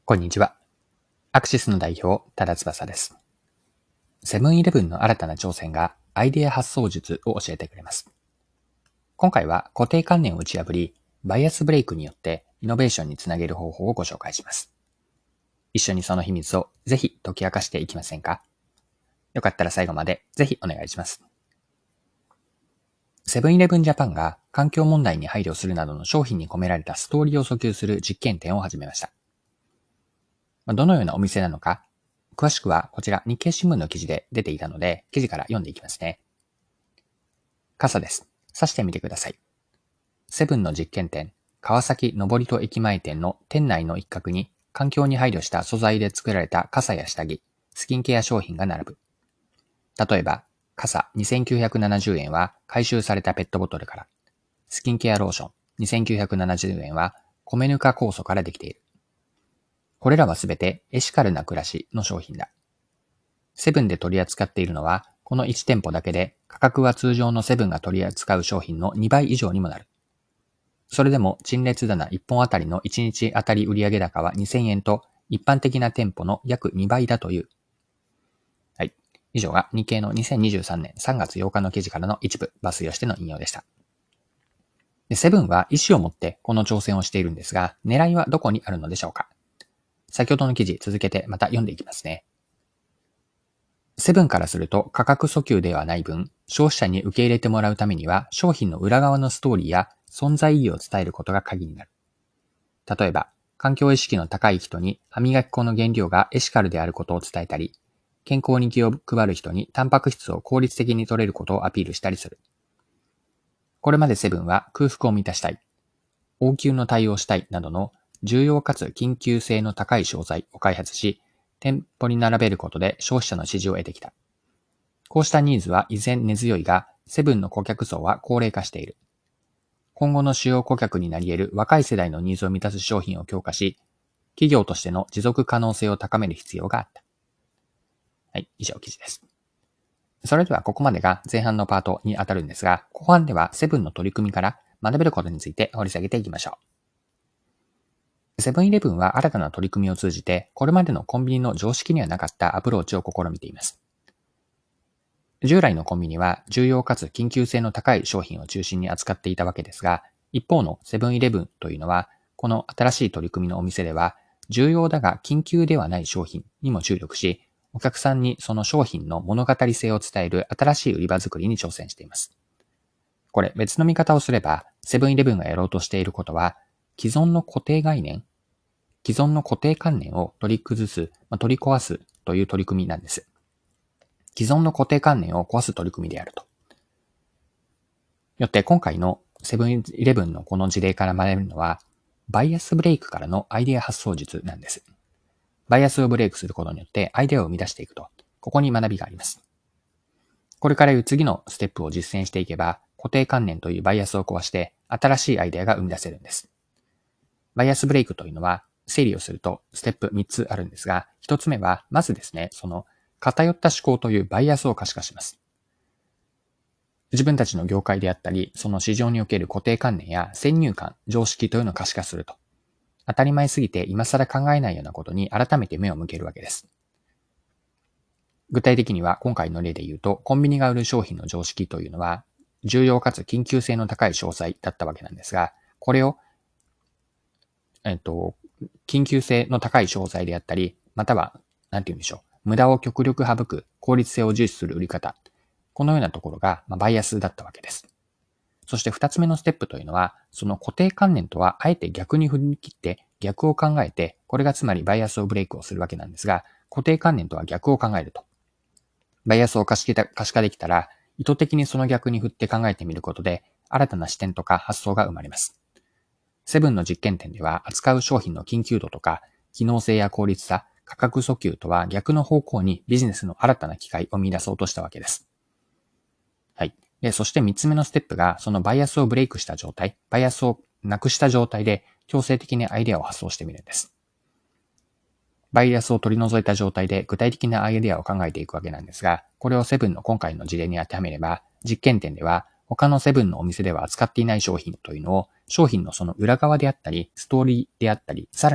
こんにちは。アクシスの代表、多田翼です。セブンイレブンの新たな挑戦がアイデア発想術を教えてくれます。今回は固定観念を打ち破り、バイアスブレイクによってイノベーションにつなげる方法をご紹介します。一緒にその秘密をぜひ解き明かしていきませんか？よかったら最後までぜひお願いします。セブンイレブンジャパンが環境問題に配慮するなどの商品に込められたストーリーを訴求する実験展を始めました。どのようなお店なのか、詳しくはこちら日経新聞の記事で出ていたので、記事から読んでいきますね。傘です。刺してみてください。セブンの実験店、川崎登戸駅前店の店内の一角に環境に配慮した素材で作られた傘や下着、スキンケア商品が並ぶ。例えば、傘2970円は回収されたペットボトルから、スキンケアローション2970円は米ぬか酵素からできている。これらはすべてエシカルな暮らしの商品だ。セブンで取り扱っているのは、この1店舗だけで価格は通常のセブンが取り扱う商品の2倍以上にもなる。それでも陳列棚1本あたりの1日あたり売上高は2000円と一般的な店舗の約2倍だという。はい。以上が日経の2023年3月8日の記事からの一部抜粋をしての引用でした。セブンは意思を持ってこの挑戦をしているんですが、狙いはどこにあるのでしょうか？先ほどの記事続けてまた読んでいきますね。セブンからすると価格訴求ではない分、消費者に受け入れてもらうためには商品の裏側のストーリーや存在意義を伝えることが鍵になる。例えば、環境意識の高い人に歯磨き粉の原料がエシカルであることを伝えたり、健康に気を配る人にタンパク質を効率的に取れることをアピールしたりする。これまでセブンは空腹を満たしたい、応急の対応をしたいなどの重要かつ緊急性の高い商材を開発し、店舗に並べることで消費者の支持を得てきた。こうしたニーズは依然根強いが、セブンの顧客層は高齢化している。今後の主要顧客になり得る若い世代のニーズを満たす商品を強化し、企業としての持続可能性を高める必要があった。はい、以上記事です。それではここまでが前半のパートに当たるんですが、後半ではセブンの取り組みから学べることについて掘り下げていきましょう。セブンイレブンは新たな取り組みを通じて、これまでのコンビニの常識にはなかったアプローチを試みています。従来のコンビニは重要かつ緊急性の高い商品を中心に扱っていたわけですが、一方のセブンイレブンというのは、この新しい取り組みのお店では、重要だが緊急ではない商品にも注力し、お客さんにその商品の物語性を伝える新しい売り場作りに挑戦しています。これ別の見方をすれば、セブンイレブンがやろうとしていることは、既存の固定概念、既存の固定観念を取り崩す、取り壊すという取り組みなんです。既存の固定観念を壊す取り組みであると。よって今回のセブンイレブンのこの事例から学べるのは、バイアスブレイクからのアイデア発想術なんです。バイアスをブレイクすることによってアイデアを生み出していくと、ここに学びがあります。これからいう次のステップを実践していけば、固定観念というバイアスを壊して新しいアイデアが生み出せるんです。バイアスブレイクというのは、整理をするとステップ3つあるんですが、1つ目は、まずですね、その偏った思考というバイアスを可視化します。自分たちの業界であったり、その市場における固定観念や先入観、常識というのを可視化すると。当たり前すぎて今更考えないようなことに改めて目を向けるわけです。具体的には今回の例で言うと、コンビニが売る商品の常識というのは、重要かつ緊急性の高い商材だったわけなんですが、これを、緊急性の高い商材であったり、または、なんて言うんでしょう、無駄を極力省く効率性を重視する売り方。このようなところが、バイアスだったわけです。そして二つ目のステップというのは、その固定観念とはあえて逆に振り切って逆を考えて、これがつまりバイアスをブレイクをするわけなんですが、固定観念とは逆を考えると。バイアスを可視化できたら、意図的にその逆に振って考えてみることで、新たな視点とか発想が生まれます。セブンの実験店では扱う商品の緊急度とか、機能性や効率さ、価格訴求とは逆の方向にビジネスの新たな機会を見出そうとしたわけです。はい。そして三つ目のステップが、そのバイアスをブレイクした状態、バイアスをなくした状態で、強制的にアイデアを発想してみるんです。バイアスを取り除いた状態で具体的なアイデアを考えていくわけなんですが、これをセブンの今回の事例に当てはめれば、実験店では他のセブンのお店では扱っていない商品というのを、商品のその裏側であったり、ストーリーであったり、さらには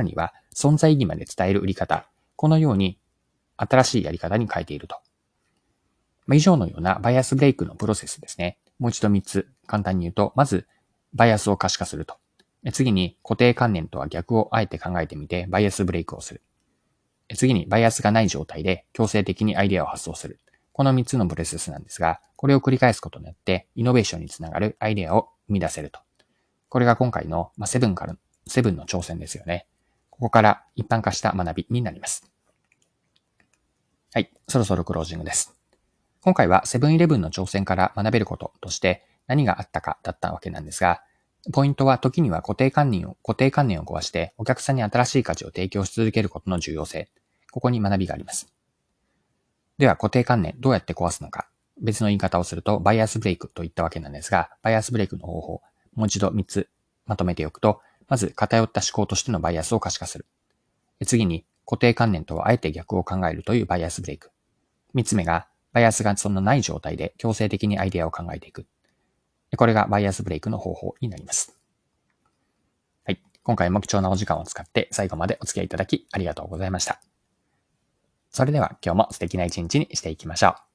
存在意義まで伝える売り方、このように新しいやり方に変えていると。以上のようなバイアスブレイクのプロセスですね。もう一度3つ簡単に言うと、まずバイアスを可視化すると。次に固定観念とは逆をあえて考えてみてバイアスブレイクをする。次にバイアスがない状態で強制的にアイデアを発想する。この3つのプロセスなんですが、これを繰り返すことによってイノベーションにつながるアイデアを生み出せると。これが今回のセブンの挑戦ですよね。ここから一般化した学びになります。はい、そろそろクロージングです。今回はセブンイレブンの挑戦から学べることとして何があったかだったわけなんですが、ポイントは時には固定観念を壊してお客さんに新しい価値を提供し続けることの重要性。ここに学びがあります。では固定観念どうやって壊すのか。別の言い方をするとバイアスブレイクといったわけなんですが、バイアスブレイクの方法、もう一度3つまとめておくと、まず偏った思考としてのバイアスを可視化する。次に固定観念とはあえて逆を考えるというバイアスブレイク。3つ目がバイアスがそんなない状態で強制的にアイデアを考えていく。これがバイアスブレイクの方法になります。はい。今回も貴重なお時間を使って最後までお付き合いいただきありがとうございました。それでは今日も素敵な一日にしていきましょう。